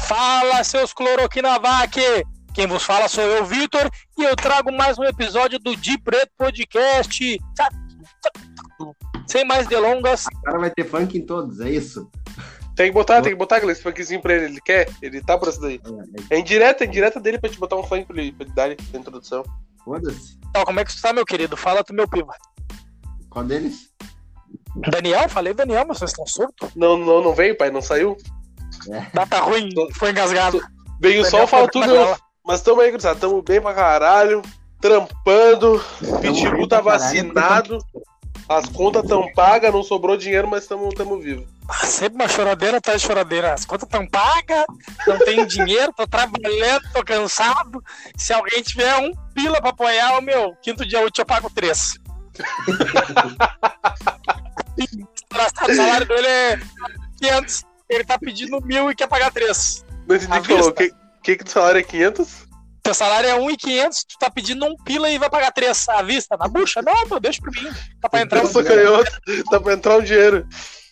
Fala, seus cloroquinavac! Quem vos fala sou eu, Vitor, e eu trago mais um episódio do De Preto Podcast. Sem mais delongas. O cara vai ter funk em todos, é isso? Tem que botar aquele funkzinho pra ele. Ele quer? Ele tá por essa daí. É indireta dele pra te botar um funk pra ele dar na introdução. Foda-se. Então, como é que você tá, meu querido? Fala tu, meu piva. Qual deles? Daniel? Falei Daniel, mas vocês estão surdos? Não veio, pai, não saiu. Data ruim, foi engasgado. Veio o sol, fala tudo, mas tamo aí, gurizada. Tamo bem pra caralho, trampando. Pitbull tá vacinado. As contas tão pagas, não sobrou dinheiro, mas tamo vivo. Sempre uma choradeira atrás de choradeira. As contas tão pagas, não tenho dinheiro, tô trabalhando, tô cansado. Se alguém tiver um pila pra apoiar, o meu quinto dia útil eu pago 3. O salário dele é 500. Ele tá pedindo 1.000 e quer pagar 3. Não entendi o que falou. Que o salário é 500? Teu salário é 1.500, tu tá pedindo um pila e vai pagar 3 à vista, na bucha? Não, meu, deixa pra mim. Tá pra entrar Eu sou canhoto, tá pra entrar um dinheiro.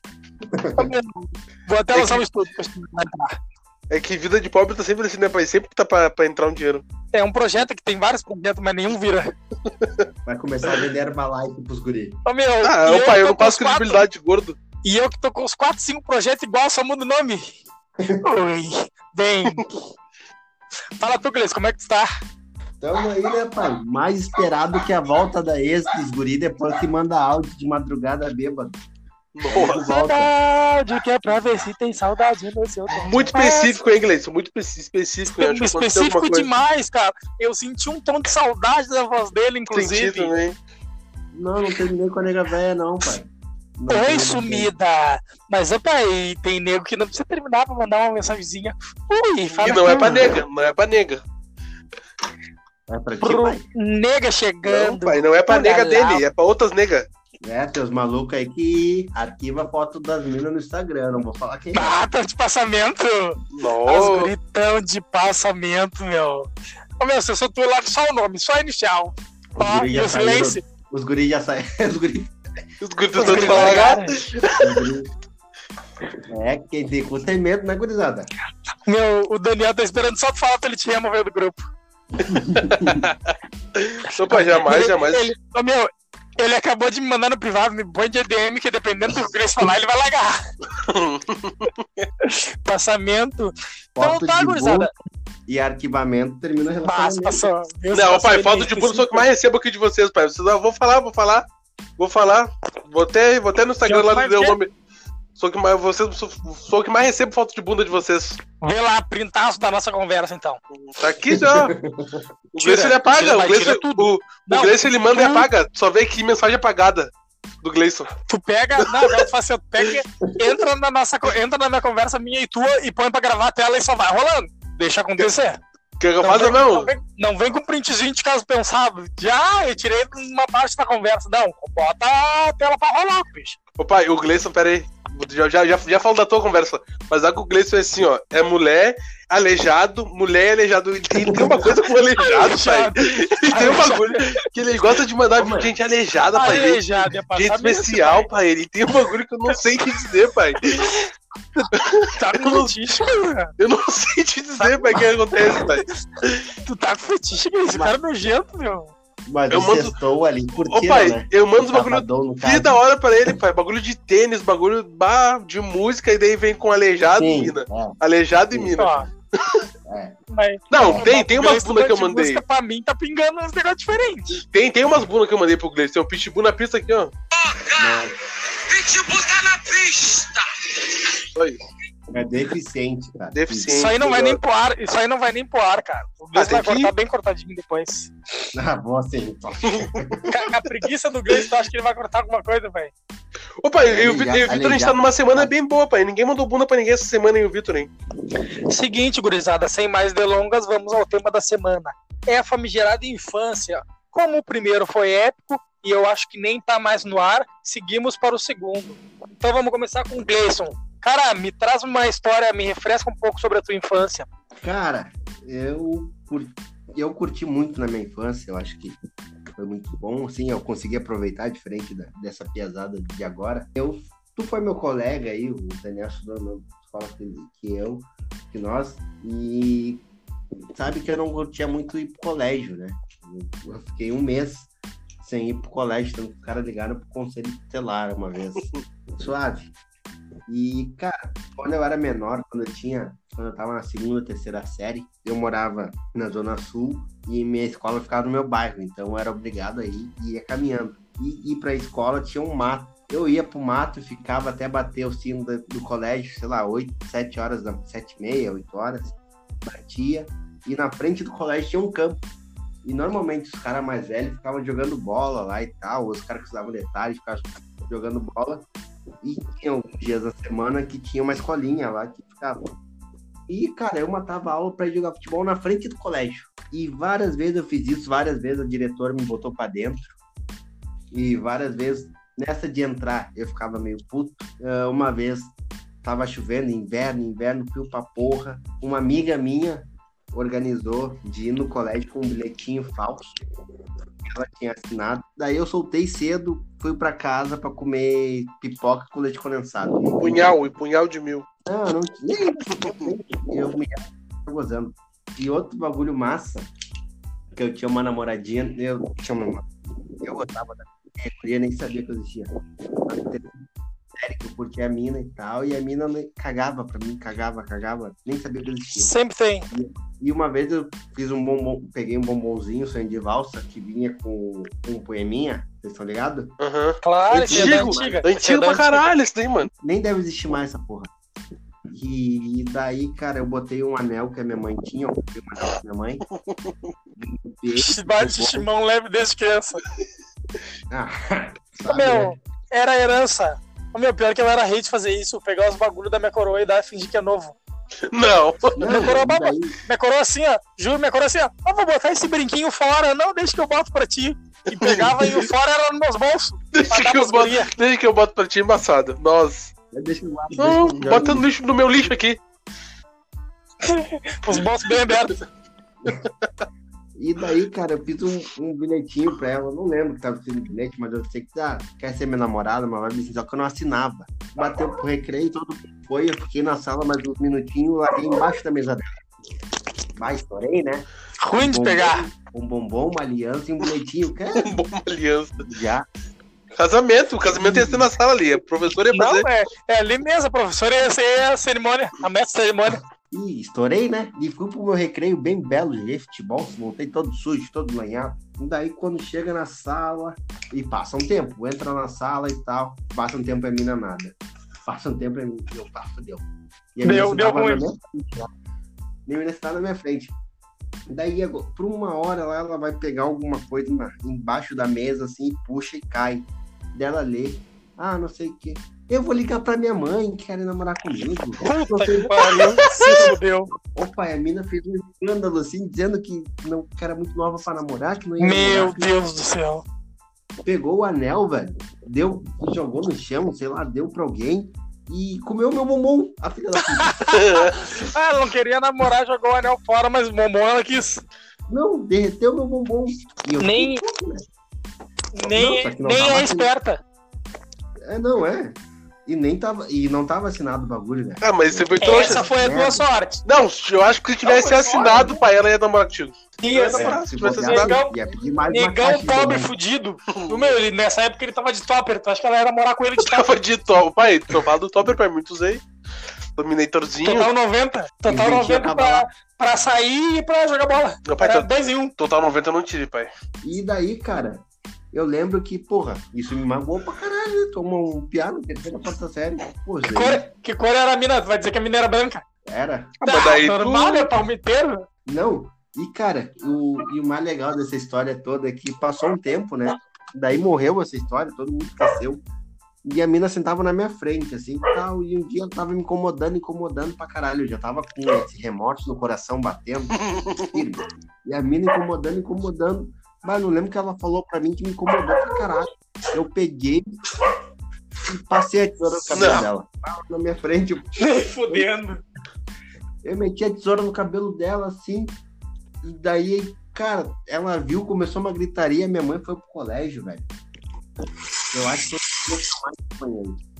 Vou até lançar um estudo pra entrar. É que vida de pobre tá sempre assim, né, pai? Sempre que tá pra entrar um dinheiro. É um projeto que tem vários projetos, mas nenhum vira. Vai começar a vender Herbalife pros guris. Ô, meu, pai, eu não passo credibilidade de gordo. E eu que tô com os 4, 5 projetos igual, só muda o nome. Oi, bem. Fala tu, Gleice, como é que tu tá? Tamo aí, né, pai? Mais esperado que a volta da ex dos guris depois que manda áudio de madrugada bêbado. Nossa. Áudio que é pra ver se tem saudade no seu tempo. Muito específico, hein, Gleice? Muito específico. Eu acho específico demais, cara. Eu senti um tom de saudade da voz dele, inclusive. Senti também. Não terminei com a nega velha, não, pai. Oi, sumida! Mas, pai, tem nego que não precisa terminar pra mandar uma mensagenzinha. Ui, fala. E não é pra nega, É pra ti, pai? Nega chegando. Não, pai, não é pra nega dele, é pra outras negas. É, tem os malucos aí que arquiva a foto das minas no Instagram, não vou falar quem é. Ah, tá de passamento! Nossa. Os guritão de passamento, meu. Ô, meu, se eu sou tu lá, só o nome, só a inicial. Ó, e o silêncio. Os guris já saíram. Os guris tentando falar. É, quem tem cu tem medo, né, gurizada? Meu, o Daniel tá esperando só tu falar que ele te removeu do grupo. Opa, jamais. Ele acabou de me mandar no privado, me põe de EDM, que dependendo do que ele falar, ele vai largar. Passamento. Então tá, gurizada. E arquivamento termina a relação. Passou. Não, pai, foto de bunda sou o que mais recebo aqui de vocês, pai. Vou falar. Vou até no Instagram lá dizer o nome. Sou o que mais recebo foto de bunda de vocês. Vê lá, printaço da nossa conversa, então. Tá aqui já. O Gleice ele apaga. O Gleice ele manda e apaga. Só vê aqui mensagem apagada do Gleison. Tu pega, tu faz assim, tu pega, entra na minha conversa minha e tua e põe pra gravar a tela e só vai rolando. Deixa acontecer. O que eu faço mesmo? Não vem com printzinho de caso pensado. Eu tirei uma parte da conversa. Não, bota a tela pra rolar, bicho. Ô pai, o Gleison, pera aí. Já falo da tua conversa. Mas que o Gleison é assim, ó. É mulher aleijado. E tem uma coisa com aleijado, pai. E tem um bagulho que ele gosta de mandar gente aleijada, pai. Aleijado, gente especial, pai. Ele tem um bagulho que eu não sei te dizer, pai. Tá com fetiche, cara. Eu não sei te dizer, pai, o que acontece, pai. Tu tá com fetiche, cara. Esse cara é nojento, meu. Mas eu mando ali por Ô, pai, né? eu mando os bagulho que da hora pra ele, pai. Bagulho de tênis, bagulho de música, e daí vem com aleijado e mina. Aleijado e mina. Mas, não, tem umas bundas que eu mandei. Música pra mim tá pingando uns negócios diferentes. Tem umas bundas que eu mandei pro Gleice. Tem um pitbull na pista aqui, ó. Pitbull tá na pista! Oi. É deficiente, cara. Isso aí não vai nem pro ar, cara. O Gleice vai cortar bem cortadinho depois. Vou assim, então. A preguiça do Gleice, tu acha que ele vai cortar alguma coisa, velho? Ô, pai, o Vitor, a gente tá numa semana bem boa, pai. Ninguém mandou bunda pra ninguém essa semana, hein, o Vitor, hein? Seguinte, gurizada, sem mais delongas, vamos ao tema da semana. É a famigerada infância. Como o primeiro foi épico, e eu acho que nem tá mais no ar, seguimos para o segundo. Então vamos começar com o Gleison. Cara, me traz uma história, me refresca um pouco sobre a tua infância. Cara, eu curti muito na minha infância, eu acho que foi muito bom, assim, eu consegui aproveitar diferente dessa piazada de agora. Eu Tu foi meu colega aí, o Daniel estudou na escola que nós, e sabe que eu não curtia muito ir pro colégio, né? Eu fiquei um mês sem ir pro colégio, então os caras ligaram pro conselho tutelar uma vez. Suave. E, cara, quando eu era menor, quando eu tava na segunda, terceira série, eu morava na Zona Sul e minha escola ficava no meu bairro, então eu era obrigado a ir e ia caminhando. E ir pra escola tinha um mato. Eu ia pro mato e ficava até bater o sino do colégio, sei lá, 7 horas, 7h30, 8 horas, batia, e na frente do colégio tinha um campo. E normalmente os caras mais velhos ficavam jogando bola lá e tal, os caras que usavam detalhes ficavam jogando bola. E tinha uns dias da semana que tinha uma escolinha lá que ficava. E, cara, eu matava a aula pra ir jogar futebol na frente do colégio. E várias vezes eu fiz isso, várias vezes a diretora me botou pra dentro. E várias vezes, nessa de entrar, eu ficava meio puto. Uma vez, tava chovendo, inverno, frio pra porra. Uma amiga minha organizou de ir no colégio com um bilhetinho falso. Ela tinha assinado. Daí eu soltei cedo, fui pra casa pra comer pipoca com leite condensado. Um punhal de 1.000. Não tinha. Eu me gozando. E outro bagulho massa, que eu tinha uma namoradinha, eu gostava da eu nem sabia que eu existia. Sério que eu curtia a mina e tal, e a mina cagava pra mim, cagava, nem sabia que eu existia. Sempre tem. E uma vez eu fiz peguei um bombonzinho, sonho de valsa, que vinha com um poeminha, vocês estão ligados? Uhum. Claro, esse é da antiga. Antigo pra caralho esse daí, mano. Nem deve existir mais essa porra. E daí, cara, eu botei um anel que a minha mãe tinha, eu comprei um anel da minha mãe. Bate chimão leve desde criança. Sabe, meu, né? era herança. O meu, pior que eu era rei de fazer isso, pegar os bagulhos da minha coroa e fingir que é novo. Não. Minha coroa assim, ó. Juro, minha coroa assim, ó. Vou botar esse brinquinho fora. Não, deixa que eu boto pra ti. E pegava e o fora era nos meus bolsos. Desde que eu boto pra ti embaçado. Nossa. Bota no lixo, no meu lixo aqui. Os bolsos bem abertos. E daí, cara, eu fiz um bilhetinho pra ela. Eu não lembro que tava escrito no bilhete, mas eu sei que quer ser minha namorada, mas só que eu não assinava. Bateu pro recreio, todo mundo foi. Eu fiquei na sala mais uns minutinhos, larguei embaixo da mesa dela. Estourei, né? Ruim de pegar. Um bombom, uma aliança e um bilhetinho. Cara. Um bombom, uma aliança. Já. O casamento ia ser na sala ali. A professora ia fazer. Não, é ali mesmo, a professora ia ser a cerimônia, a mestre cerimônia. E estourei, né? E fui pro meu recreio bem belo, joguei futebol, voltei todo sujo, todo lanhado. E daí quando chega na sala, e passa um tempo, entra na sala e tal, passa um tempo a mina nada. Passa um tempo a mim, deu. E a deu ruim. A menina está na minha frente. Daí, por uma hora lá, ela vai pegar alguma coisa embaixo da mesa, assim, e puxa e cai. Dela lê, não sei o quê. Eu vou ligar pra minha mãe, que quer namorar comigo. Puta que pariu, se fudeu. Opa, a mina fez um escândalo, assim, dizendo que era muito nova pra namorar, que não ia Meu namorar. Deus do céu. Pegou o anel, velho, jogou no chão, sei lá, deu pra alguém e comeu meu bombom, a filha da puta. Ela não queria namorar, jogou o anel fora, mas o bombom ela quis. Não, derreteu meu bombom. E eu nem é esperta. Não é. E não tava assinado o bagulho, né? Mas você foi trouxa. Essa foi a tua sorte. Não, eu acho que se tivesse assinado, pai, ela ia namorar contigo. Isso. Negão pobre fudido. Nessa época ele tava de topper. Tu acha que ela ia morar com ele de topper? Tava de topper. Pai, eu falo do topper, pai, muito usei. Dominatorzinho. Total 90. Total 90 pra sair e pra jogar bola. Meu pai, era 10 em 1. Total 90 eu não tive, pai. E daí, cara, eu lembro que, porra, isso me magoou pra caralho, né? Tomou um piano, terceira, quarta série. Pô, que cor era a mina? Tu vai dizer que a mina era branca? Era. Mas daí normal, é palmiteiro. Não. E, cara, o mais legal dessa história toda é que passou um tempo, né? Daí morreu essa história, todo mundo esqueceu. E a mina sentava na minha frente, assim, tal. E um dia ela tava me incomodando pra caralho. Eu já tava com esse remorso no coração batendo. E a mina incomodando. Mas não lembro que ela falou pra mim que me incomodou pra caralho. Eu peguei e passei a tesoura no cabelo dela. Na minha frente. Fudendo. Eu meti a tesoura no cabelo dela, assim. E daí, cara, ela viu, começou uma gritaria. Minha mãe foi pro colégio, velho. Eu acho que eu mais apanhei.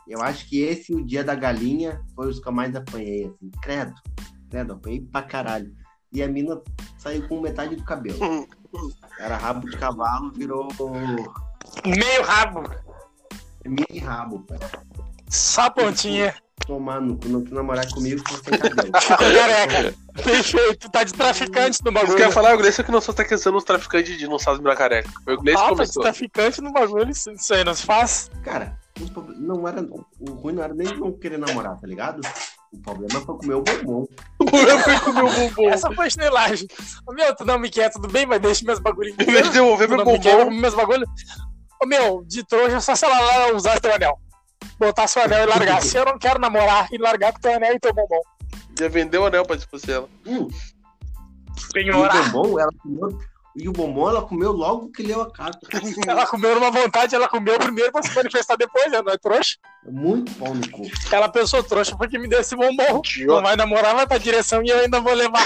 Eu acho que esse, o dia da galinha, foi os que eu mais apanhei, assim. Credo, apanhei pra caralho. E a mina saiu com metade do cabelo. Era rabo de cavalo, virou Meio rabo. mini rabo, pai. Só a pontinha. Tomar no cu, não tu namorar comigo, tu sem cabelo. Ficou careca. Perfeito. Tá de traficante no Isso que eu ia bagulho. falar, o Gleison que não só tá questão os traficantes de não sabem virar careca. Foi o Gleison que Tá de começou. traficante no bagulho. Isso aí não se faz. Cara, não era, o ruim não era nem não querer namorar, tá ligado? O problema foi comer o bombom. Eu fui comer o bombom. Essa foi chinelagem. Ô, meu, tu não me quer, tudo bem, mas deixa meus bagulhinhos. Em vez de devolver Tu meu não me quer, bombom, meus bagulhos. Ô, meu, de trouxa, só se ela lá usar teu anel. Botar seu anel e largar. Se eu não quero namorar e largar com teu anel e teu bombom. ia vender o anel pra expulsar ela. E o Penhorar. bombom, ela comeu logo que leu a carta. Ela comeu numa vontade, ela comeu primeiro pra se manifestar depois, né? Não é trouxa? Muito pau no cu. Ela pensou trouxa porque me deu esse bombom. Não vai namorar, vai pra direção e eu ainda vou levar.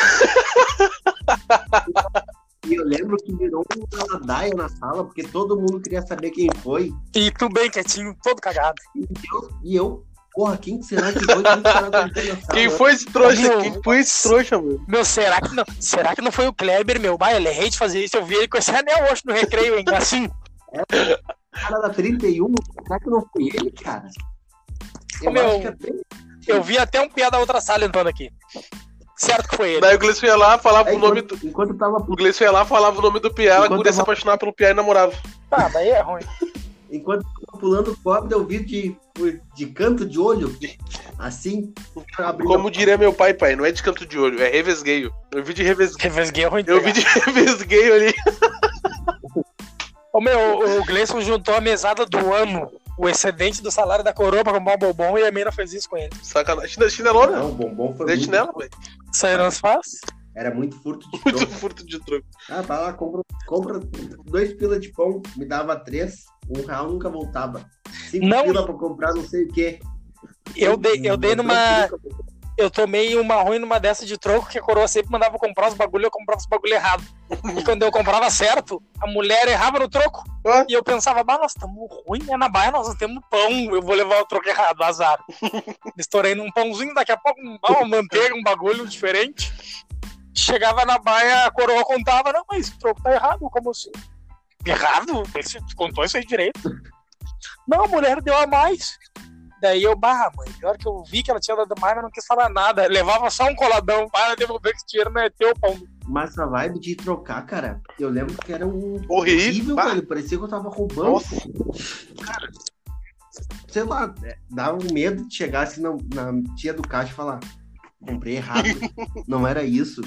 E eu lembro que virou uma ladaia na sala, porque todo mundo queria saber quem foi. E tu bem quietinho, todo cagado. E eu porra, quem será que foi? Quem será que foi na sala? Quem foi esse trouxa? Meu, Quem foi esse trouxa, mano? Meu, será que não foi o Kleber, meu? Bah, ele é rei de fazer isso. Eu vi ele com esse anel hoje no recreio, hein? Assim. O cara da 31, será que não foi ele, cara? Eu Meu, acho que é bem... Eu vi até um piá da outra sala entrando aqui. Certo que foi ele. Daí o Gleison ia lá, falava Aí, o nome do... Enquanto tava... O Gleison ia lá, falava o nome do piá, a Enquanto guria se tava- apaixonava pelo piá e namorava. Tá, daí é ruim. Enquanto eu tava pulando corda, eu vi de canto de olho, assim, abrindo Como diria meu pai, não é de canto de olho, é revesgueio. Eu vi de revesgueio. Revesguei é ruim. Eu vi de revesgueio ali. Ô, meu, o Gleison juntou a mesada do ano, o excedente do salário da coroa pra comprar um bombom e a mina fez isso com ele. Sacanagem. Chinelona? Não, o bombom foi Dei muito... chinelo, velho. Isso aí não se faz? Era muito furto de Muito troco. furto de troco. Ah, vai lá, compra 2 pila de pão, me dava 3, R$1 nunca voltava. 5 Não. pila pra comprar não sei o quê. Eu dei numa... Eu tomei uma ruim numa dessa de troco que a coroa sempre mandava comprar os bagulho, eu comprava os bagulho errado. E quando eu comprava certo, a mulher errava no troco. Ah. E eu pensava, bah, nós estamos ruim, né? Na baia nós não temos pão, eu vou levar o troco errado, azar. Estourei num pãozinho, daqui a pouco uma manteiga, um bagulho diferente. Chegava na baia, a coroa contava, não, mas o troco tá errado, como assim? Errado? Você contou isso aí direito? Não, a mulher deu a mais. Daí eu, mãe, pior que eu vi que ela tinha dado mais, mas não quis falar nada. Levava só um coladão para devolver que esse dinheiro não é teu, pão. Mas a vibe de trocar, cara, eu lembro que era Horrível, pá. velho. Parecia que eu tava roubando. Nossa. Cara, sei lá, dava um medo de chegar assim na tia do caixa e falar: comprei errado, não era isso.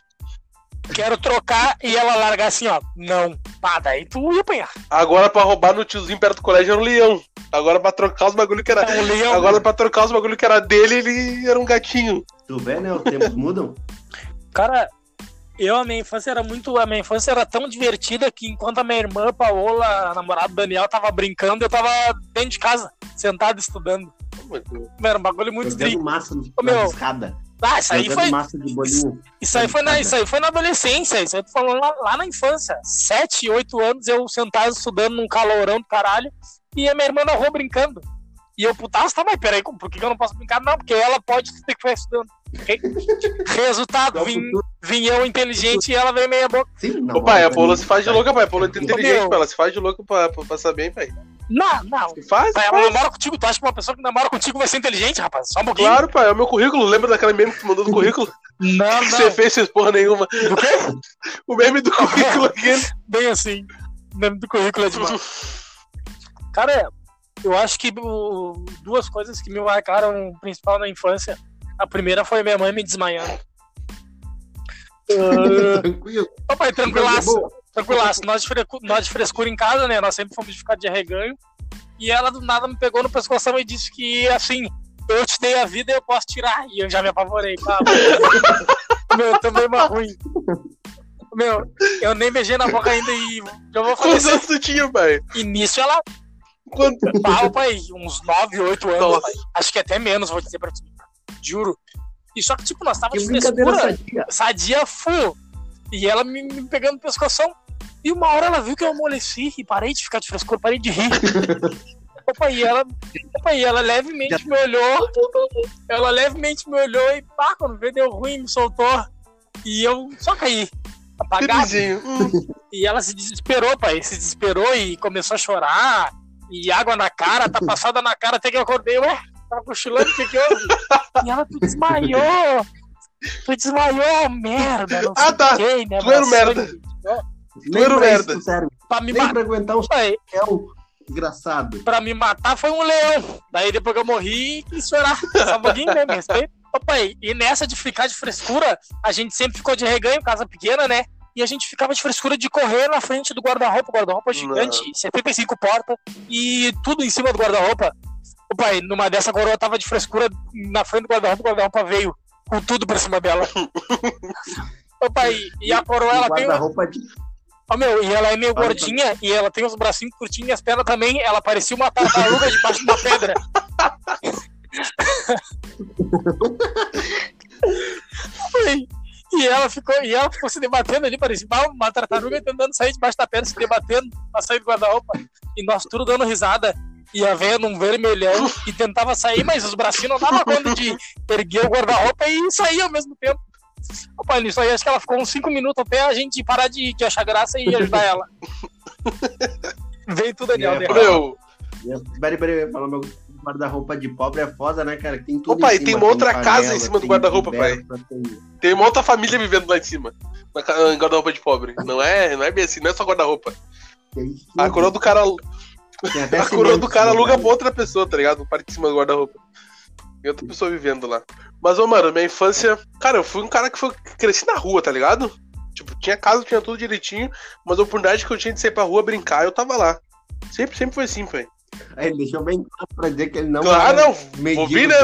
Quero trocar e ela largar assim, ó. Não. Pá, daí tu ia apanhar. Agora pra roubar no tiozinho perto do colégio era um leão. Agora pra trocar os bagulho que era. É um leão. Agora pra trocar os bagulho que era dele, ele era um gatinho. Tu vê, né? Os tempos mudam. Cara, a minha infância era tão divertida que enquanto a minha irmã Paola, a namorada do Daniel, tava brincando, eu tava dentro de casa, sentado estudando. Era um bagulho muito Jogando triste. massa Ô, meu, na escada. Ah, isso aí Jogando foi. massa de bolinho. Isso aí foi na adolescência, isso aí tu falou lá na infância. 7, 8 anos eu sentado estudando num calorão do caralho e a minha irmã na rua brincando. E eu, putaço, tá, mas peraí, por que eu não posso brincar? Não, porque ela pode ter que ficar estudando. Resultado, vim eu inteligente e ela veio meia boca. Sim, não, Ô pai, a mas Paula ali- se faz de louca, pai. A Paula é inteligente, Meu. pai. Ela se faz de louca pra passar bem, pai. Não. Se faz? Pai, ela Faz. namora contigo, tu acha que uma pessoa que namora contigo vai ser inteligente, rapaz? Só um pouquinho. Claro, pai. É o meu currículo. Lembra daquela meme que tu mandou do currículo? Não, Que você fez, fez porra nenhuma. Do quê? O meme do currículo aqui. Bem assim. O nome do currículo é demais. Cara, eu acho que duas coisas que me marcaram principal na infância. A primeira foi minha mãe me desmaiando. Tranquilo. Papai, tranquilaço. Boa. Tranquilaço. Nós de frescura em casa, né? Nós sempre fomos de ficar de arreganho. E ela do nada me pegou no pescoção e disse que, assim, eu te dei a vida e eu posso tirar. E eu já me apavorei. Tá? Meu, também uma ruim. Meu, eu nem beijei na boca ainda e já vou Quantos falecer. anos tu tinha, pai? E nisso ela, Quanto? pai, uns 9, 8 anos, Nossa. pai. Acho que até menos, vou dizer pra ti. Juro. E só que, tipo, nós Que távamos de brincadeira frescura. sadia. Sadia full. E ela me pegando no pescoção. E uma hora ela viu que eu amoleci e parei de ficar de frescura, parei de rir. Opa, e ela levemente me olhou. Ela levemente me olhou e pá, quando veio deu ruim, me soltou. E eu só caí. Apagado. E ela se desesperou, pai. Se desesperou e começou a chorar. E água na cara, tá passada na cara, até que eu acordei. Ué, tava cochilando, o que houve? E ela, tu desmaiou, merda. Não sei tá. Quem, né? Tu era merda. Tu era merda. Pra me Nem pra aguentar um pai, engraçado. pra me matar foi um leão. Daí depois que eu morri, quis chorar. Só um pouquinho, né? Me respeito. Pai, e nessa de ficar de frescura, a gente sempre ficou de reganho, casa pequena, né? E a gente ficava de frescura de correr na frente do guarda-roupa gigante, 75 portas, e tudo em cima do guarda-roupa. O pai, numa dessa a coroa tava de frescura na frente do guarda-roupa, o guarda-roupa veio com tudo por cima dela. O pai, e a coroa, ela tem... e ela é meio gordinha, e ela tem os bracinhos curtinhos, e as pernas também, ela parecia uma tartaruga debaixo de uma pedra. E ela ficou se debatendo ali, parecia uma tartaruga tentando sair debaixo da pedra, se debatendo pra sair do guarda-roupa. E nós tudo dando risada. E a velha num vermelhão e tentava sair, mas os bracinhos não davam conta de erguer o guarda-roupa e sair ao mesmo tempo. Opa, nisso aí acho que ela ficou uns 5 minutos até a gente parar de achar graça e ajudar ela. Veio tudo ali, ó. Peraí, fala meu guarda-roupa de pobre é foda, né, cara? Tem tudo pai, em cima, tem uma outra panela, casa em cima do guarda-roupa, pai. Tem uma outra família vivendo lá em cima. Na guarda-roupa de pobre. Não é bem assim, não é só guarda-roupa. A coroa do cara... A coroa do cara aluga pra outra pessoa, tá ligado? Parte de cima do guarda-roupa. E outra pessoa vivendo lá. Mas, mano, minha infância... Cara, eu fui um cara que cresci na rua, tá ligado? Tipo, tinha casa, tinha tudo direitinho. Mas a oportunidade que eu tinha de sair pra rua brincar, eu tava lá. Sempre foi assim, pai. Aí ele deixou bem claro pra dizer que ele não... Claro, não. Mendigo, vou vir, né?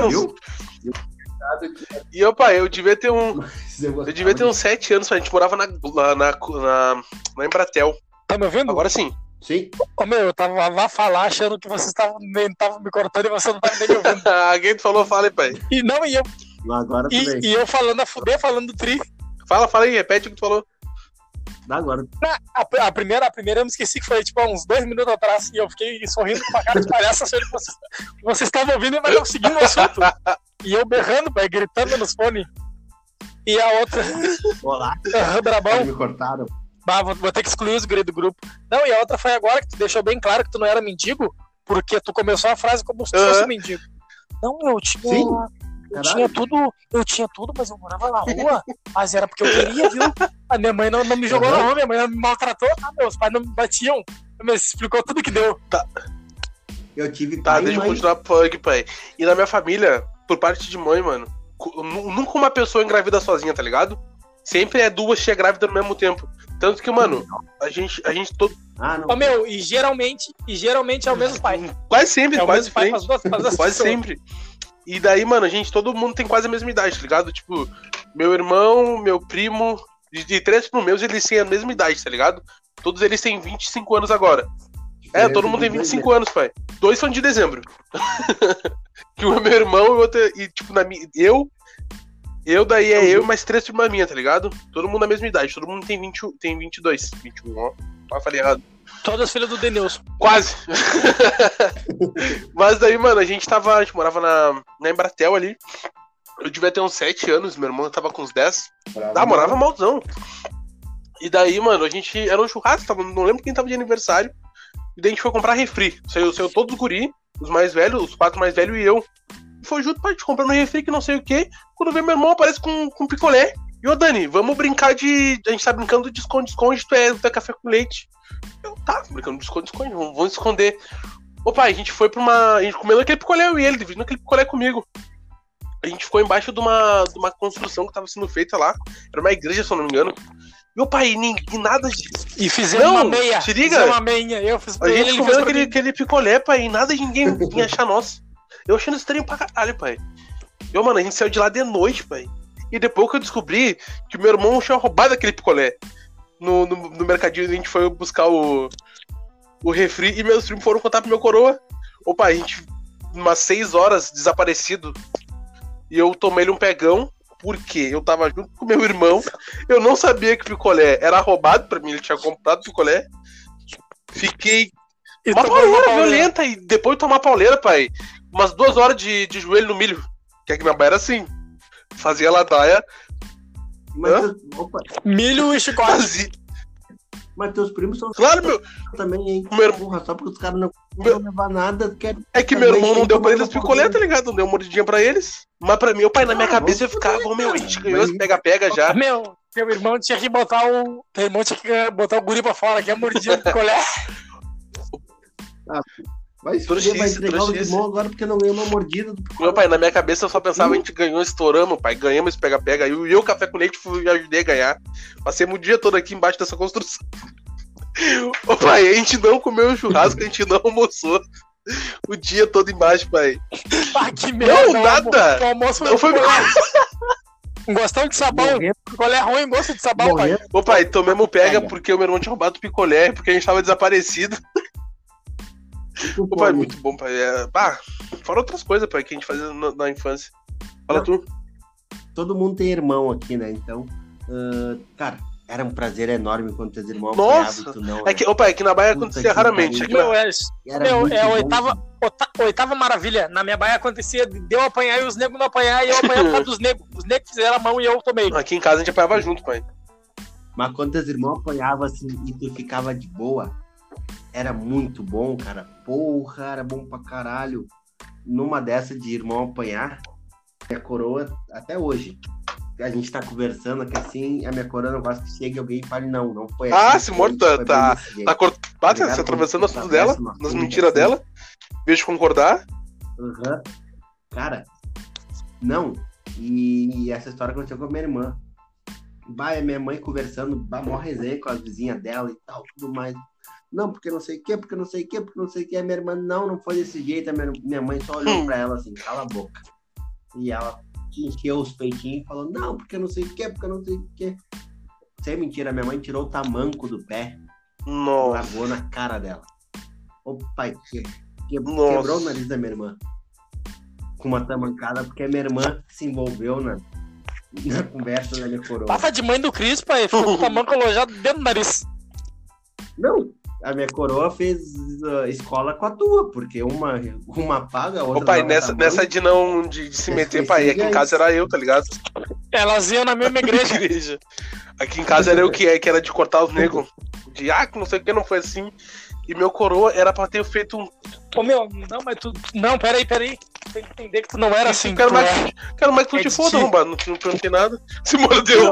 E eu, pai, eu devia ter uns 7 anos, a gente morava na Embratel. Tá me ouvindo? Agora sim. Sim. Eu tava a falar achando que vocês estavam me cortando e você não tava nem me ouvindo. Alguém falou, fala aí, pai. E não, e eu. Agora e eu falando a fuder, falando do tri. Fala aí, repete o que tu falou. Agora. A primeira eu me esqueci que foi tipo uns 2 minutos atrás e eu fiquei sorrindo com uma cara de palhaça achando que vocês estavam ouvindo, mas não seguindo o assunto. E eu berrando, pai, gritando nos fones. E a outra. Olá. Brabão. Me cortaram. Vou ter que excluir os guri do grupo. Não, e a outra foi agora que tu deixou bem claro que tu não era mendigo, porque tu começou a frase como se tu fosse mendigo. Não, eu tinha. Sim. Eu tinha tudo, mas eu morava na rua. Mas era porque eu queria, viu? A minha mãe não me jogou na rua, minha mãe me maltratou. Meus pais não me batiam. Mas explicou tudo que deu. Tá. Eu tive pai. Tá, deixa eu continuar punk, pai. E na minha família, por parte de mãe, mano, nunca uma pessoa engravida sozinha, tá ligado? Sempre é 2 tia grávida no mesmo tempo. Tanto que, mano, a gente todo. Não. E geralmente é o mesmo pai. Quase sempre, é quase pai, quase sempre. E daí, mano, todo mundo tem quase a mesma idade, tá ligado? Tipo, meu irmão, meu primo, de 3 pro meus, eles têm a mesma idade, tá ligado? Todos eles têm 25 anos agora. Todo mundo tem 25 anos, pai. 2 são de dezembro. Que o meu irmão e outro. E, tipo, eu daí eu mais 3 turmas minhas, tá ligado? Todo mundo na mesma idade, todo mundo tem 22. 21, ó. Falei errado. Todas filhas do Denilson. Quase. Mas daí, mano, a gente morava na Embratel ali. Eu devia ter uns 7 anos, meu irmão tava com uns 10. Morava malzão. E daí, mano, a gente era um churrasco, não lembro quem tava de aniversário. E daí a gente foi comprar refri. Saiu todos os guri, os mais velhos, os 4 mais velhos e eu. Foi junto pra gente comprando refri que não sei o que. Quando vem meu irmão aparece com picolé. E ô Dani, vamos brincar de. A gente tá brincando de esconde-esconde, tu é café com leite. Eu, tá, brincando de esconde-esconde, vamos esconder. Ô pai, a gente foi pra uma. A gente comeu aquele picolé, eu e ele, dividindo aquele picolé comigo. A gente ficou embaixo de uma construção que tava sendo feita lá. Era uma igreja, se eu não me engano. Meu pai, nada de. E fizeram uma meia. Se liga? Fizeram uma meia. Eu fiz a gente comeu aquele picolé, pai, e nada de ninguém ia achar nosso. Eu achando estranho pra caralho, pai. Mano, a gente saiu de lá de noite, pai. E depois que eu descobri que o meu irmão tinha roubado aquele picolé no mercadinho, a gente foi buscar o refri e meus primos foram contar pro meu coroa. Opa, a gente, umas 6 horas desaparecido. E eu tomei ele um pegão, porque eu tava junto com meu irmão. Eu não sabia que o picolé era roubado pra mim, ele tinha comprado o picolé. Fiquei Uma pauleira violenta, e depois de tomar pauleira, pai, umas 2 horas de joelho no milho. Que é que minha mãe era assim. Fazia ladaia. Mas, opa, Milho e chicote. Fazia. mas teus primos são Claro, meu. também, hein? Meu- Porra, só porque os caras não Meu- vão levar nada, quer... É que meu irmão não deu pra Também eles picolé, tá ligado? Não deu mordidinha pra eles. Mas pra mim, o pai na minha cabeça eu ficava, meu, a gente ganhou esse pega-pega já. Meu irmão tinha que botar o. Teu irmão tinha que botar o guri pra fora, que é mordidinha de picolé. Vai se Trouxice, fuder, vai entregar o trouxice. limão agora porque não ganhou uma mordida do Meu pai, na minha cabeça eu só pensava, a gente ganhou, estouramos, pai. Ganhamos esse pega-pega. E eu, café com leite, fui ajudei a ganhar. Passei o dia todo aqui embaixo dessa construção. Ô pai, a gente não comeu churrasco, a gente não almoçou. O dia todo embaixo, pai. Ah, que merda. Não, nada. O almoço Não foi picolé. Um gostão de sabão. Morrendo. Picolé ruim, gosto de sabão, pai. morrendo. Ô pai, tomemos pega Pega. porque o meu irmão tinha roubado o picolé, porque a gente tava desaparecido. Ô pai, muito bom, pai. Fora outras coisas, pai, que a gente fazia na infância. Fala Não. tu. Todo mundo tem irmão aqui, né? Então, cara, era um prazer enorme quando teus irmãos Nossa. apanhavam e tu não. É que, ô pai, aqui na Baia Puta acontecia que raramente. pariu. Aqui na- Meu, Era muito é a bom. oitava maravilha. Na minha baia acontecia de eu apanhar e os negros não apanhar, e eu apanhar por causa dos negros. Os negros fizeram a mão e eu tomei. Aqui em casa a gente apanhava junto, pai. Mas quando teus irmãos apanhavam assim e tu ficava de boa, era muito bom, cara. Porra, era bom pra caralho. Numa dessa de irmão apanhar, minha coroa, até hoje, a gente tá conversando aqui assim, a minha coroa não gosta que chegue alguém e fale, não foi Ah, assim, se foi- morta, foi bem tá. desse jeito. Tá Bate, Obrigado você atravessando as por tudo dela, uma nas coisa mentiras assim. dela. Vejo concordar. Aham. Cara, não. E essa história aconteceu com a minha irmã. Bah, é minha mãe conversando, bah, mó resenha com as vizinhas dela e tal, tudo mais. Não, porque não sei o que, porque não sei o que, porque não sei o que. A minha irmã, não foi desse jeito. A minha mãe só olhou pra ela assim, cala a boca. E ela encheu os peitinhos e falou, não, porque não sei o que, porque não sei o que. Sem mentira, minha mãe tirou o tamanco do pé e Nossa. largou na cara dela. Ô pai, Nossa. quebrou o nariz da minha irmã com uma tamancada, porque a minha irmã se envolveu na conversa da minha coroa. Passa de mãe do Cris, pai. Ficou com o tamanco alojado dentro do nariz. Não, a minha coroa fez escola com a tua, porque uma paga, a outra... Ô pai, lava nessa tamanco. de não de se meter, Esse pai, aqui em é casa isso. era eu, tá ligado? Elas iam na mesma igreja. Igreja. Aqui em casa era eu que era de cortar os negros. De que não sei o que, não foi assim. E meu coroa era pra ter feito um. Ô, meu, não, mas tu... Não, peraí. Tem que entender que tu não era assim. Quero tu mais, é... quero mais que tu É te de foda, ti. arrombado. Não perguntei nada. Se mordeu.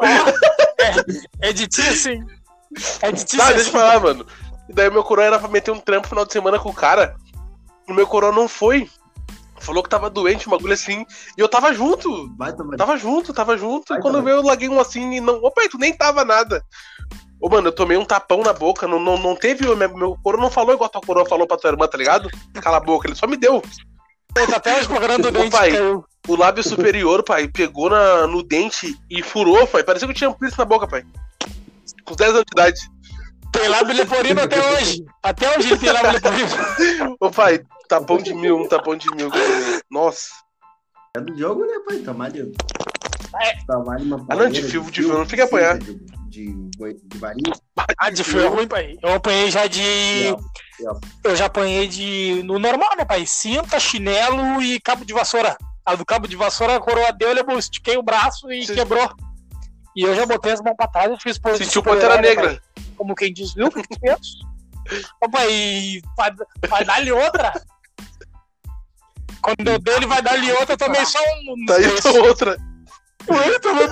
É de ti, assim. É de ti, Tá, assim. deixa eu falar, mano. E daí meu coroa era pra meter um trampo no final de semana com o cara. E meu coroa não foi. Falou que tava doente, um bagulho assim. E eu tava junto. Vai tomar... Tava junto. Vai E quando tomar. veio, eu larguei um assim e não. Opa, tu nem tava nada. Ô, mano, eu tomei um tapão na boca. Não teve. Meu coroa não falou igual a tua coroa falou pra tua irmã, tá ligado? Cala a boca, ele só me deu. Tá até hoje procurando o dente, pai. caiu. O lábio superior, pai, pegou no dente e furou, pai. Parecia que eu tinha um piercing na boca, pai. Com 10 anos de idade. Tem lábio leporino até hoje. Até hoje ele tem lábio leporino. Ô, pai, tapão de mil, um tapão de mil. Nossa. É do jogo, né, pai? Tomar de... Tomar uma Ah, não, de fio, não fica apanhar. De varinha. Ah, de fio é ruim, pai. Eu apanhei já de... Eu já apanhei de... No normal, né, pai? Cinta, chinelo e cabo de vassoura. A do cabo de vassoura, a coroa deu, eu estiquei o braço e Sim. quebrou. E eu já botei as mãos pra trás e fiz pose de Sentiu Pantera super-herói, né, Negra. pai? Como quem diz, viu? O que tu fez? Ô, pai, vai dar-lhe outra. Quando eu dei, ele vai dar-lhe outra, eu tomei só um... Tá aí outra. Ué, eu tava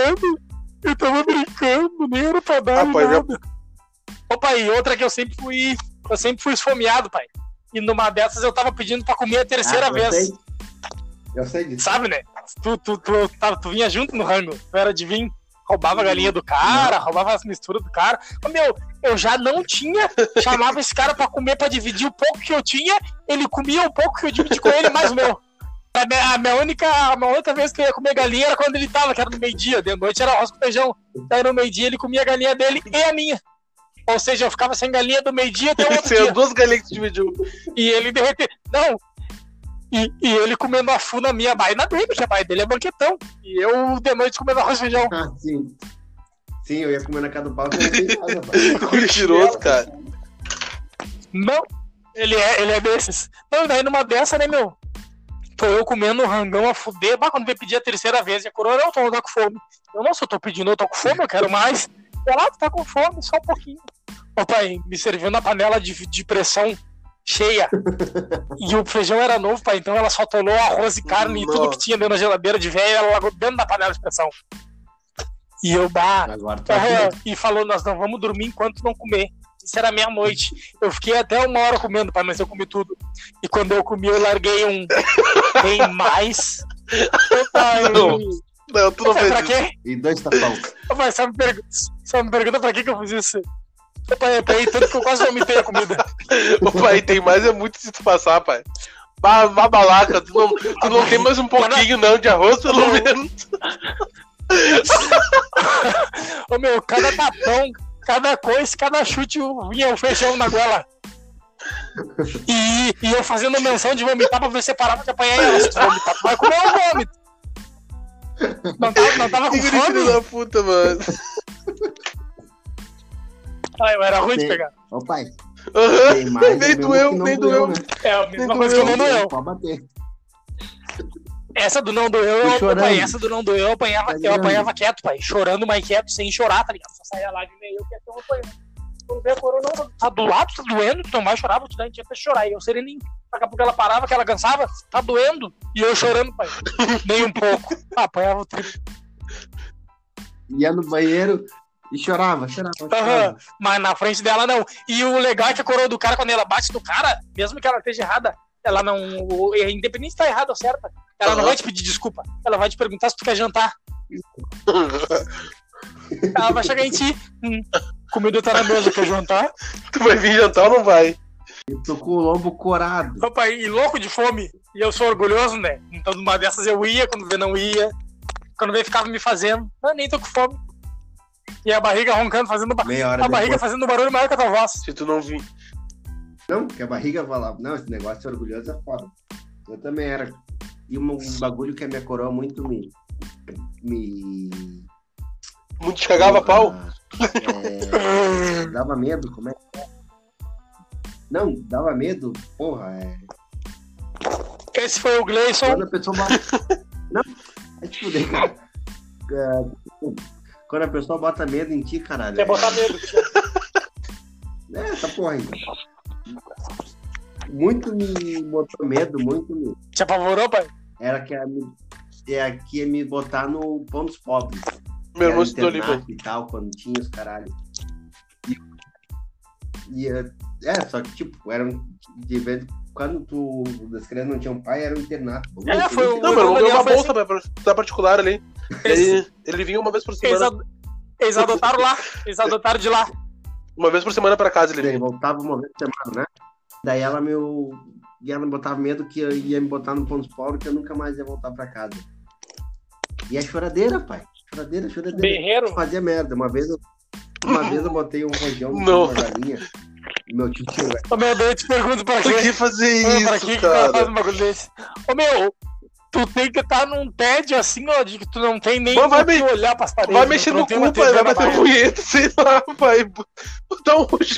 brincando, nem era pra dar pai, nada. Opa, e outra que eu sempre fui esfomeado, pai. E numa dessas eu tava pedindo pra comer a terceira vez. Eu sei disso. Sabe, né? Tu vinha junto no rango, tu era de vir, roubava a galinha do cara, roubava as misturas do cara. Ô, meu, eu já não tinha, chamava esse cara pra comer, pra dividir o pouco que eu tinha, ele comia o pouco que eu dividi com ele, mais o meu. A minha única vez que eu ia comer galinha era quando ele tava, que era no meio-dia. De noite era arroz com feijão. Daí no meio-dia ele comia a galinha dele e a minha. Ou seja, eu ficava sem galinha do meio-dia até o outro Tem dia. duas galinhas que tu dividiu. E ele derreteu. Não! E ele comendo a fu na minha baina dele, que a baina dele é banquetão. E eu de noite comendo arroz e feijão. Ah, sim. Sim, eu ia comer na casa do pau. Que eu não sei nada, pai. Mentiroso, cara. Não! Ele é desses. Não, daí numa dessa, né, meu? Tô eu comendo rangão a fuder. Bah, quando veio pedir a terceira vez, e a coroa, não, eu tô com fome. Eu, não, se eu tô pedindo, eu tô com fome, eu quero mais. Ela, tu tá com fome, só um pouquinho. Ô, pai, me serviu na panela de pressão cheia. E o feijão era novo, pai, então ela só tolou arroz e carne e tudo que tinha dentro da geladeira de velho, ela largou dentro da panela de pressão. E eu, e falou, nós não vamos dormir enquanto não comer. Isso era meia-noite. Eu fiquei até 1 hora comendo, pai, mas eu comi tudo. E quando eu comi, eu larguei tem mais. Pai, não, tu não fez pra isso. Quê? E 2 tapão. Pai, só me pergunta pra que eu fiz isso. Pai, eu peguei tanto que eu quase vomitei a comida. Ô, pai, tem mais é muito se tu passar, pai. Babalaca, tu não tem mais um pouquinho não de arroz, pelo menos. Ô, meu, cada tapão, cada coisa, cada chute vinha o feijão na goela. E eu fazendo menção de vomitar pra ver se parava de apanhar ela. Se tu vomitar, tu vai comer um vômito. Não tava com Que fome? filho da puta, mano. Ai, eu era ruim de pegar. Ô, pai. Uhum. Mais, Nem doeu, nem doeu. Né? É a mesma coisa que não doeu. Pode bater. Essa do não doeu, pai, essa do não doeu, eu apanhava quieto, pai. Chorando, mas quieto, sem chorar, tá ligado? Só saía lá de meio, eu quieto, eu apanhando. Quando veio a coroa, não, tá do lado, tá doendo, tu não vai chorar, vou te dar, a gente ia até chorar. E eu sereninho. Daqui a pouco ela parava, que ela cansava, tá doendo. E eu chorando, pai. Nem um pouco. Apanhava o triplo. Ia no banheiro e chorava. Mas na frente dela, não. E o legal é que a coroa do cara, quando ela bate no cara, mesmo que ela esteja errada, ela não. Independente se tá errada ou certa, ela não vai te pedir desculpa. Ela vai te perguntar se tu quer jantar. Ela vai chegar em ti. Comida tá na mesa, quer jantar? Tu vai vir jantar ou não vai? Eu tô com o lombo corado. Opa, e louco de fome. E eu sou orgulhoso, né? Então, numa dessas eu ia, quando vê não ia. Quando vê ficava me fazendo. Ah, nem tô com fome. E a barriga roncando, fazendo barriga fazendo barulho maior que a tua voz. Se tu não vir. Não, porque a barriga falava, não, esse negócio de orgulhoso é foda. Eu também era. E um bagulho que a minha coroa muito Muito te cagava pau? Dava medo, como é que é? Não, dava medo, porra, Esse foi o Gleison. Quando a pessoa bota... Não, é te fuder, cara. Quando a pessoa bota medo em ti, caralho. Quer botar medo, essa porra aí. Muito me botou medo, muito me... Te apavorou, pai? Era que ia me botar no Pão dos Pobres. Meu irmão estudou ali, e tal, quando tinha os caralho. Só que, tipo, era de vez quando as crianças não tinham pai, era um internato. Foi o... Não, meu irmão deu uma bolsa da particular ali. Ele vinha uma vez por semana. Eles adotaram lá. Eles adotaram de lá. Uma vez por semana pra casa, ele vinha. Voltava uma vez por semana, né? Daí ela me botava medo que eu ia me botar no Pão dos Pobres, que eu nunca mais ia voltar pra casa. E é choradeira, pai. Choradeira. Berreiro. Fazia merda. Uma vez eu botei um rojão numa galinha. Meu tio tinha... Ô, meu Deus, eu te pergunto pra quê? Por que fazer isso, pra que cara? Faz um bagulho desse? Ô, meu, tu tem que estar num tédio assim, ó, de que tu não tem nem que olhar pras paredes. Vai mexer no cu, pai, vai bater um punheta, sei lá, vai botar um roxo.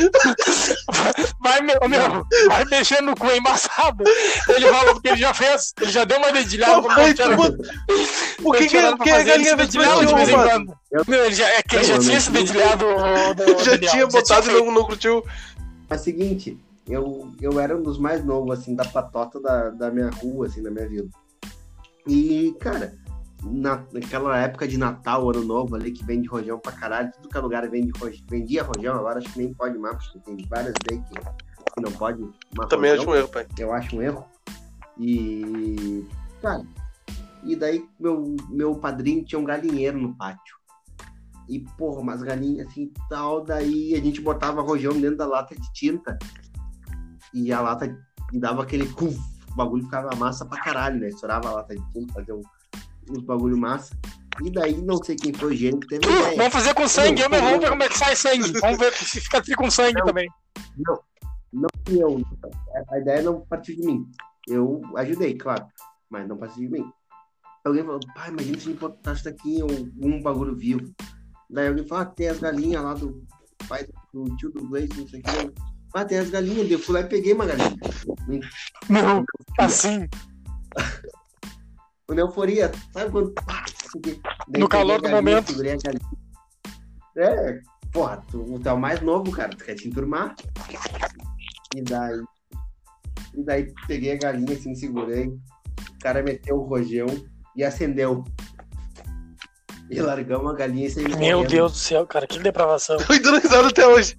Vai mexer no cu, é embaçado. Ele falou porque ele já fez, ele já deu uma dedilhada. O que a galinha fez de vez em quando? Meu, ele já tinha esse dedilhado. Já tinha botado e não curtiu. Mas seguinte, eu era um dos mais novos, assim, da patota da minha rua, assim, da minha vila. E, cara, naquela época de Natal, Ano Novo, ali, que vende rojão pra caralho, tudo que é lugar vendia rojão, agora acho que nem pode mais, porque tem várias leis que não pode. Também acho um erro, pai. Eu acho um erro. E, cara, e daí meu padrinho tinha um galinheiro no pátio. E, porra, umas galinhas assim tal, daí a gente botava rojão dentro da lata de tinta. E a lata dava aquele... O bagulho ficava massa pra caralho, né? Estourava a lata de tinta, fazia uns bagulho massa. E daí, não sei quem foi o gênio que teve ideia. Vamos fazer com sangue, vamos ver como é que sai sangue. Vamos ver se fica com sangue também. Não eu. A ideia não partiu de mim. Eu ajudei, claro. Mas não partiu de mim. Alguém falou, pai, imagina se a gente botasse aqui um bagulho vivo. Daí alguém falou, tem as galinhas lá do pai do tio do Gleison, não sei o que. Ah, tem as galinhas. Eu fui lá e peguei uma galinha. Não, assim, Quando euforia, sabe quando... Daí no peguei calor a do galinha, momento. segurei a galinha. Porra, tu é o mais novo, cara. Tu quer te enturmar. E daí peguei a galinha, assim, segurei. O cara meteu o rojão e acendeu. E largamos a galinha e saímos Meu correndo. Deus do céu, cara, que depravação. Tô idorizado até hoje.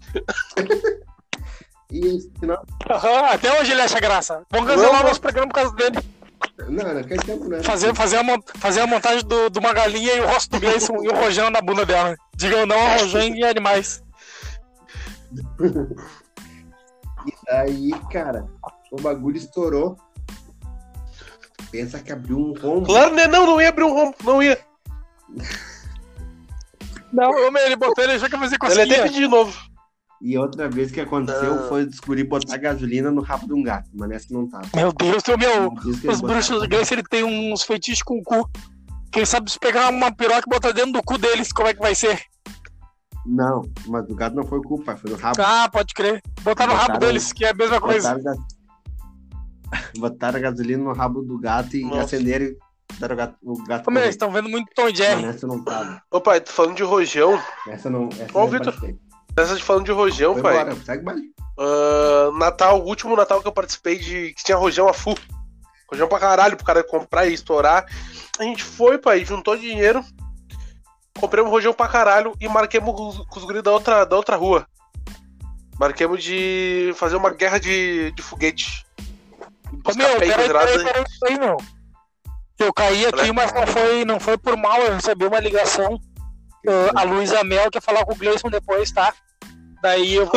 E final... Aham, até hoje ele acha graça. Vamos cancelar o nosso programa por causa dele. Não, naquele tempo, né? Fazer a montagem de uma galinha e o rosto do Gleison e o rojão na bunda dela. Digam não ao rojão em animais. E daí, cara, o bagulho estourou. Pensa que abriu um rombo. Claro, né? Não ia abrir um rombo, não ia. Não, ele botou, ele achou que ia fazer Ele cosquinha. até pediu de novo. E outra vez que aconteceu foi descobrir botar gasolina no rabo de um gato, mas nessa não tava. Meu Deus, meu, Diz que ele os bruxos botava- do Gleison, ele tem uns feitiços com o cu. Quem sabe se pegar uma piroca e botar dentro do cu deles, como é que vai ser? Não, mas o gato não foi culpa, foi no rabo. Ah, pode crer. Botar no rabo Botaram- deles, que é a mesma coisa. Botaram a gasolina no rabo do gato e Nossa. acenderam e botaram o gato Como eles correr. estão vendo muito Tom e Mas Jerry. nessa não tava. Ô pai, tô falando de rojão. Essa não Ó, não Vitor. participei. Nessa de falando de rojão, Foi pai. embora, segue o baile. Natal, o último Natal que eu participei que tinha rojão a full. Rojão pra caralho, pro cara comprar e estourar. A gente foi, pai, juntou dinheiro, compramos rojão pra caralho e marquemos com os guris da outra rua. Marquemos de fazer uma guerra de foguete. Ô, Buscar meu, pé e pedrada. peraí, meu. Eu caí aqui, mas não foi por mal, eu recebi uma ligação. A Luísa Mel quer falar com o Gleison depois, tá? Daí eu vou.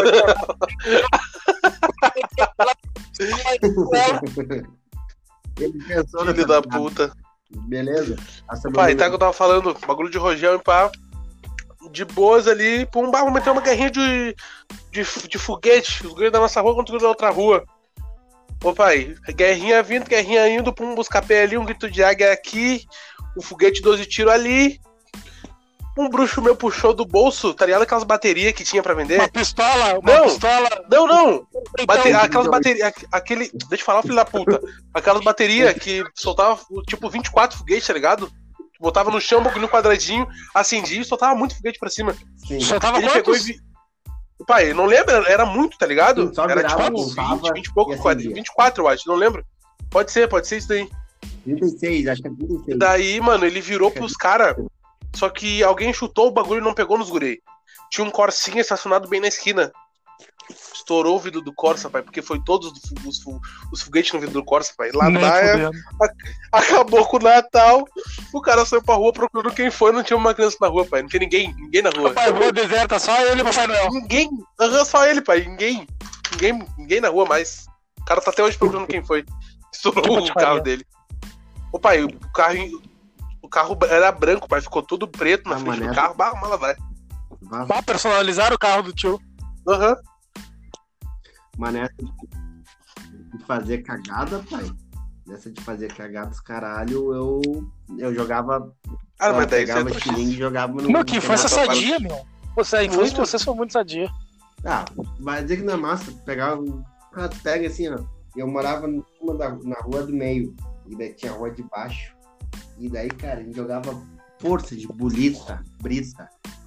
Ele pensou Filho nessa da piada. puta. Beleza. Pai, tá que eu tava falando, bagulho de rojão e pá. De boas ali, pum, vamos meter uma guerrinha de foguete. Os guris da nossa rua contra os guris da outra rua. Ô pai, guerrinha vindo, guerrinha indo, pum, buscar pé ali, um grito de águia aqui, um foguete 12 tiros ali. Um bruxo meu puxou do bolso, tá ligado? Aquelas baterias que tinha pra vender? Uma pistola. Não! Então, Aquelas baterias. Aquele. Deixa eu falar, filho da puta. Aquelas baterias que soltava tipo 24 foguetes, tá ligado? Botava no chão, no quadradinho, acendia e soltava muito foguete pra cima. Sim. soltava Ele pegou quantos? e. Pai, eu não lembro, era muito, tá ligado? Sim, só Era virava, tipo apontava 20 e pouco, e acendia. 24, eu acho, não lembro. Pode ser isso daí. 36, acho que é 36. E daí, mano, ele virou pros caras. Só que alguém chutou o bagulho e não pegou nos guri. Tinha um Corsinha estacionado bem na esquina. Estourou o vidro do Corsa, pai, porque foi todos os foguetes no vidro do Corsa, pai. Lá Nem daia, fudendo. acabou com o Natal. O cara saiu pra rua procurando quem foi, não tinha uma criança na rua, pai. Não tinha ninguém na rua. Pai, rua deserta, só ele e o Papai Noel. Ninguém, só ele, pai. Ninguém na rua mais. O cara tá até hoje procurando quem foi. Estourou o carro dele. Ô pai, o carro era branco, pai. Ficou todo preto na frente do carro. Bah, mala vai. Personalizaram o carro do tio. Aham. Mas nessa de fazer cagada, pai. Nessa de fazer cagada dos caralho, eu jogava. Ah, mas daí pegava você é estilingue e jogava no. Meu, que infância Natal, sadia, meu. Você, a infância de vocês foi muito sadia. Ah, vai dizer que não é massa. Pegar um. Ah, tu pega assim, ó. Eu morava na rua do meio. E daí tinha a rua de baixo. E daí, cara, a gente jogava força de brita.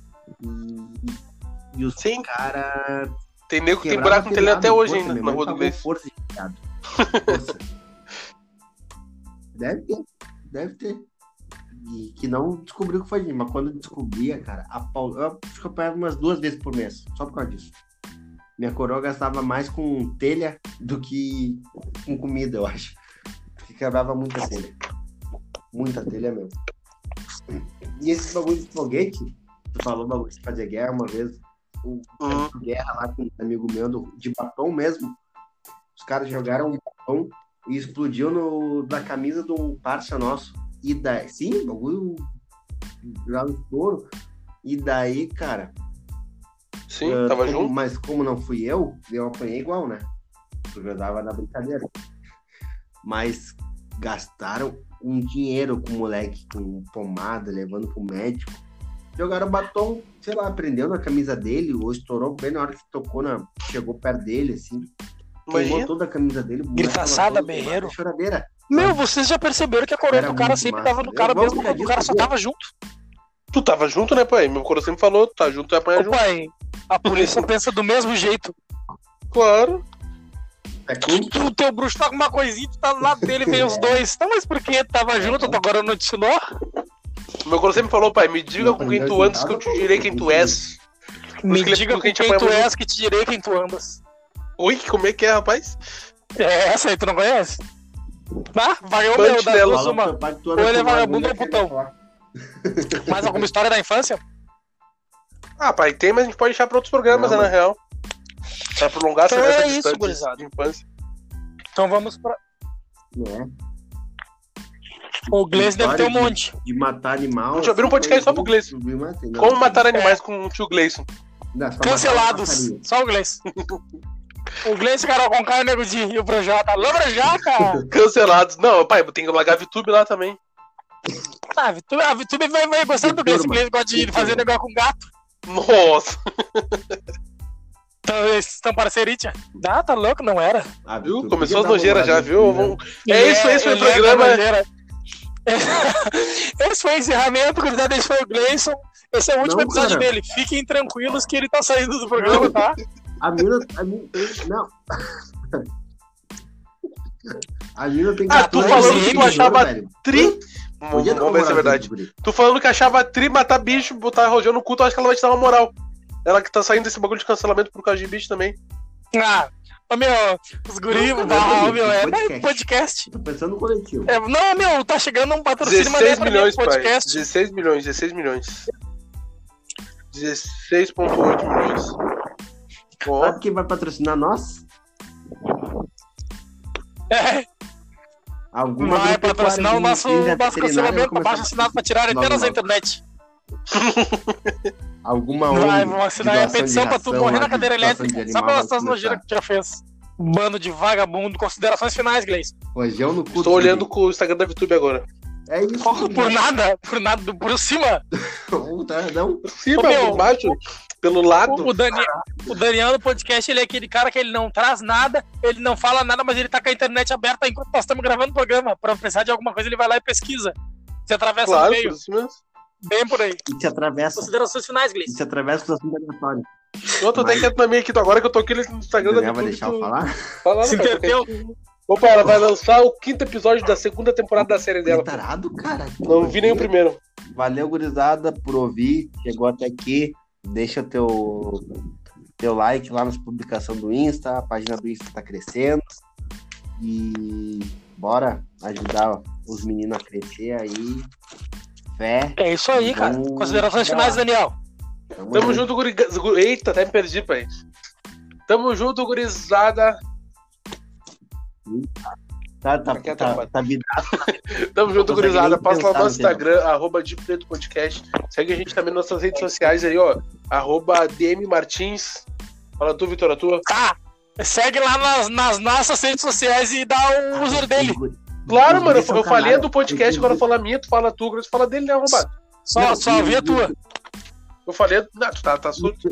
E os Sim. caras. Tem nego que tem buraco no telhado até hoje ainda, na rua do Gleice. Força de piada. Força. Deve ter. E que não descobriu o que foi, mas quando descobria, cara, eu acho que eu pegava umas 2 vezes por mês, só por causa disso. Minha coroa gastava mais com telha do que com comida, eu acho. Porque quebrava muita telha. Muita telha mesmo. E esse bagulho de foguete, tu falou bagulho de fazer guerra uma vez, guerra lá com um amigo meu, de batom mesmo. Os caras jogaram um batom e explodiu na camisa de um parça nosso. E daí, sim, bagulho já no estouro. E daí, cara. Sim, tava junto. Mas como não fui eu apanhei igual, né? Porque eu tava na brincadeira. Mas gastaram um dinheiro com o moleque, com pomada, levando pro médico. Jogaram batom, sei lá, prendeu na camisa dele, ou estourou bem na hora que tocou, chegou perto dele, assim. Queimou toda a camisa dele. Gritaçada, berreiro. Choradeira. Meu, vocês já perceberam que a coroa do cara sempre tava no cara mesmo quando o cara só tava junto? Tu tava junto, né, pai? Meu coração sempre falou, tá junto e apanha junto. Pai, a polícia pensa do mesmo jeito. Claro. O teu bruxo tá com uma coisinha, tu tá do lado dele, vem os dois. Tá, mas por que tava junto? Tu agora não te ensinou? Meu coração sempre falou, pai, me diga com quem tu andas que eu te direi quem tu és. Me diga com quem tu és que te direi quem tu andas. Oi, como é que é, rapaz? É essa aí, tu não conhece? Ah, vai o meu, das duas uma. Ou ele é vagabundo ou putão. Mais alguma história da infância? Ah, pai, tem, mas a gente pode deixar pra outros programas, né, na real. Pra prolongar então essa isso, gurizada. de infância. Então vamos pra... O Gleice deve ter um monte. De matar animal. A gente abriu um podcast só pro Gleison. Como matar animais com o tio Gleison. Cancelados. Só o Gleice. O Gleice, Carol Conká e o Nego Di. E o Projota. Alô, Projota! Cancelados. Não, pai, tem que largar a VTube lá também. Ah, a VTube vai gostar do Gleice. O Gleice gosta de fazer negócio com gato. Nossa! Então, eles estão parceiritos. Ah, tá louco, não era. Viu? Começou as nojeiras já, viu? Esse foi o programa. Esse foi o encerramento, gurizada. Esse foi o Gleison. Esse é o último episódio dele. Fiquem tranquilos que ele tá saindo do programa, tá? A mina não. A mina tem que... tu falando que tu achava Vamos ver se é verdade. Tu falando que achava matar bicho, botar rojão no cu, tu acha que ela vai te dar uma moral. Ela que tá saindo desse bagulho de cancelamento por causa de bicho também. Ah, meu, os guris, é podcast. Tô pensando no coletivo. Não, meu, tá chegando um patrocínio 16 milhões, podcast. Pai. 16 milhões. 16,8 milhões. Sabe quem vai patrocinar nós? Vai patrocinar o nosso cancelamento, abaixo assinado pra tirar apenas a internet. Vão assinar a petição pra tu morrer na cadeira elétrica. Só pelas tuas nojeiras que tu já fez. Bando de vagabundo. Considerações finais, Gleice. Estou olhando com o Instagram da VTube agora. É isso. Por nada, por cima. Não. Por cima, por baixo, pelo lado. O Daniel no podcast, ele é aquele cara que ele não traz nada, ele não fala nada, mas ele tá com a internet aberta enquanto nós estamos gravando o programa. Pra precisar de alguma coisa, ele vai lá e pesquisa. Se atravessa no meio. Bem por aí. E se atravessa. Considerações finais, Gleice. E se atravessa com os assuntos aleatórios. Eu tô até quieto na minha aqui, agora que eu tô aqui no Instagram da VTube. Vai deixar eu falar? Se entendeu? Opa, ela vai lançar o 5º episódio da 2ª temporada da série dela. Tarado, cara. Não vi nem o primeiro. Valeu, gurizada, por ouvir. Chegou até aqui. Deixa teu like lá nas publicações do Insta. A página do Insta tá crescendo. E bora ajudar os meninos a crescer aí. Fé. É isso aí, cara. Considerações finais, Daniel. Tamo junto, gurizada. Eita, até me perdi, pai. Tamo junto, gurizada. Tá virado. Tamo junto, gurizada. Passa lá no nosso Instagram, @Dipretopodcast. Segue a gente também nas nossas redes sociais aí, ó. @DMMartins. Fala tu, Vitor, a tua. Segue lá nas nossas redes sociais e dá o user dele. Claro, mano, eu falei a do podcast, agora eu falo a minha, tu fala a tua, tu fala dele, né, arrombado? Só vi a tua. Eu falei, não, tu tá surdo.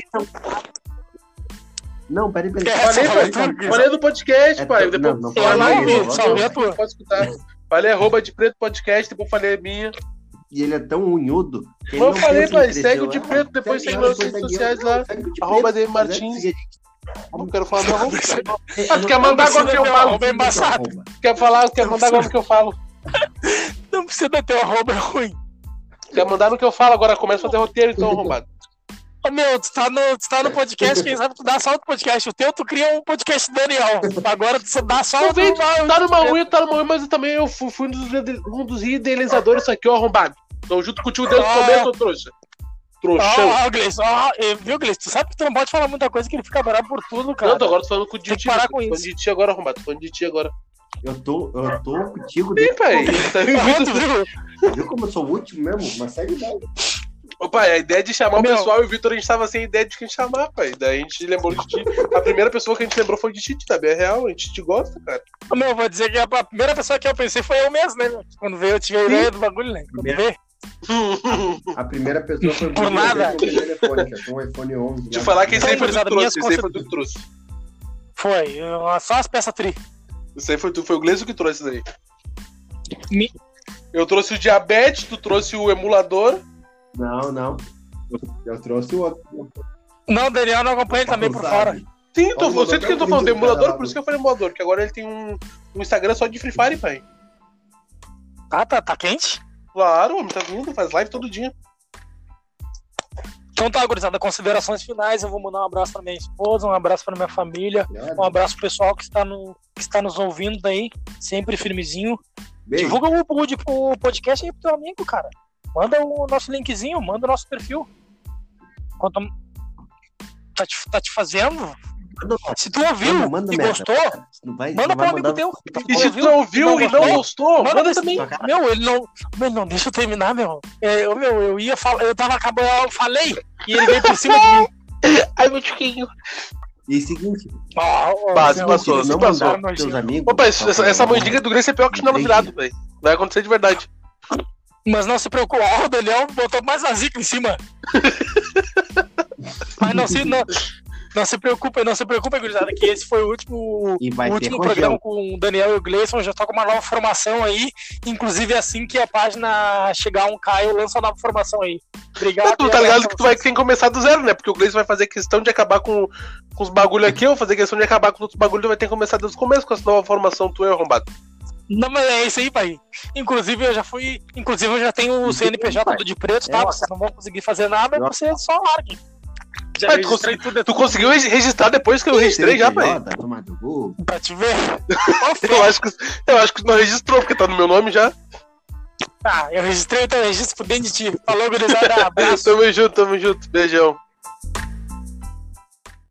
Não, peraí. Falei do podcast, pai. Depois não só vi a tua. Pode escutar. Falei @DePretoPodcast, depois falei a minha. E ele é tão unhudo. Eu falei, pai, segue o De Preto, depois segue nas redes sociais lá. @DMMartins. Não quero falar meu arroba. Tu quer mandar agora que eu falo? Bem embaçado. Quer mandar agora que eu falo? Não precisa ter o arroba, é ruim. Quer mandar no que eu falo, agora começa a fazer roteiro, então, arrombado. Meu, tu tá no podcast, quem sabe tu dá só outro podcast. O teu, tu cria um podcast Daniel. Agora tu dá só outro. Tá numa ruim, mas eu também fui um dos idealizadores disso aqui, ó, arrombado. Tô junto contigo desde o começo, ô trouxa. Trouxão. Viu, Gleice? Tu sabe que tu não pode falar muita coisa que ele fica bravo por tudo, cara. Não, agora tô falando com o Diti. Tem que parar com isso. Tô falando de ti agora, arrombado. Tô falando de ti agora. Eu tô contigo. Sim, pai. Viu como eu sou o último mesmo? Mas segue daí. Ô, pai, a ideia de chamar o pessoal e o Vitor, a gente tava sem ideia de quem chamar, pai. Daí a gente lembrou de ti. A primeira pessoa que a gente lembrou foi de ti, também é real. A gente te gosta, cara. Meu, vou dizer que a primeira pessoa que eu pensei foi eu mesmo, né? Quando veio, eu tive a ideia do bagulho, né? Quando veio. A primeira pessoa foi Por nada. no telefone, que é um iPhone 11. De falar que esse aí foi tu que trouxe. Minhas Esse aí foi tu que trouxe. Foi, só as peças tri. Esse aí foi tu, foi o Gleison que trouxe isso daí. Me- Eu trouxe o diabetes, tu trouxe o emulador. Não. Eu trouxe o outro. Não, o Daniel não acompanha ele também por fora. Sim, Ó, eu sei do que eu tô falando, do cara emulador, lá, por isso que eu falei emulador, que agora ele tem um Instagram só de Free Fire, pai. Ah, tá quente? Claro, o homem tá vindo, faz live todo dia. Então tá, gurizada, considerações finais. Eu vou mandar um abraço pra minha esposa, um abraço pra minha família, um abraço pro pessoal que está nos ouvindo daí, sempre firmezinho. Beijo. Divulga o podcast aí pro teu amigo, cara. Manda o nosso linkzinho, manda o nosso perfil. Quanto... Tá te fazendo? Se tu ouviu Manda e meta, gostou, cara. Não vai, manda não vai pro amigo mandar- teu. E se tu ouviu e não gostou, manda também. Meu, ele não deixa eu terminar, meu. Eu ia falar, eu tava acabando, eu falei, e ele veio por cima de mim. Ai, meu tiquinho. E seguinte, Base, meu, passou, não se passou. mandar pros teus amigos. Opa, essa mandinga do Grace é pior que o chinelo virado, velho. Vai acontecer de verdade. Mas não se preocupe, ó, o Daniel botou mais a zica em cima. Mas não se preocupe, gurizada, que esse foi o último E vai ter último rojão. programa com o Daniel e o Gleison. Já tô com uma nova formação aí. Inclusive, assim que a página chegar a 1K, eu lanço a nova formação aí. Obrigado. Tu tá ligado que tu vai ter que começar do zero, né? Porque o Gleison vai fazer questão de acabar com os bagulho aqui, eu vou fazer questão de acabar com outros bagulho, tu vai ter que começar desde o começo com essa nova formação, tu é arrombado. Não, mas é isso aí, pai. Inclusive, eu já tenho o CNPJ tudo de preto, tá? Vocês não vão conseguir fazer nada, vocês só larguem. Já Pai, registrei tudo. Tu conseguiu registrar depois que eu registrei já, pai? Tomar do gol. Pra te ver. Eu acho que tu não registrou, porque tá no meu nome já. Ah, eu registrei, então eu registro por dentro de ti. Falou, gurizada. Abraço. Tamo junto. Beijão.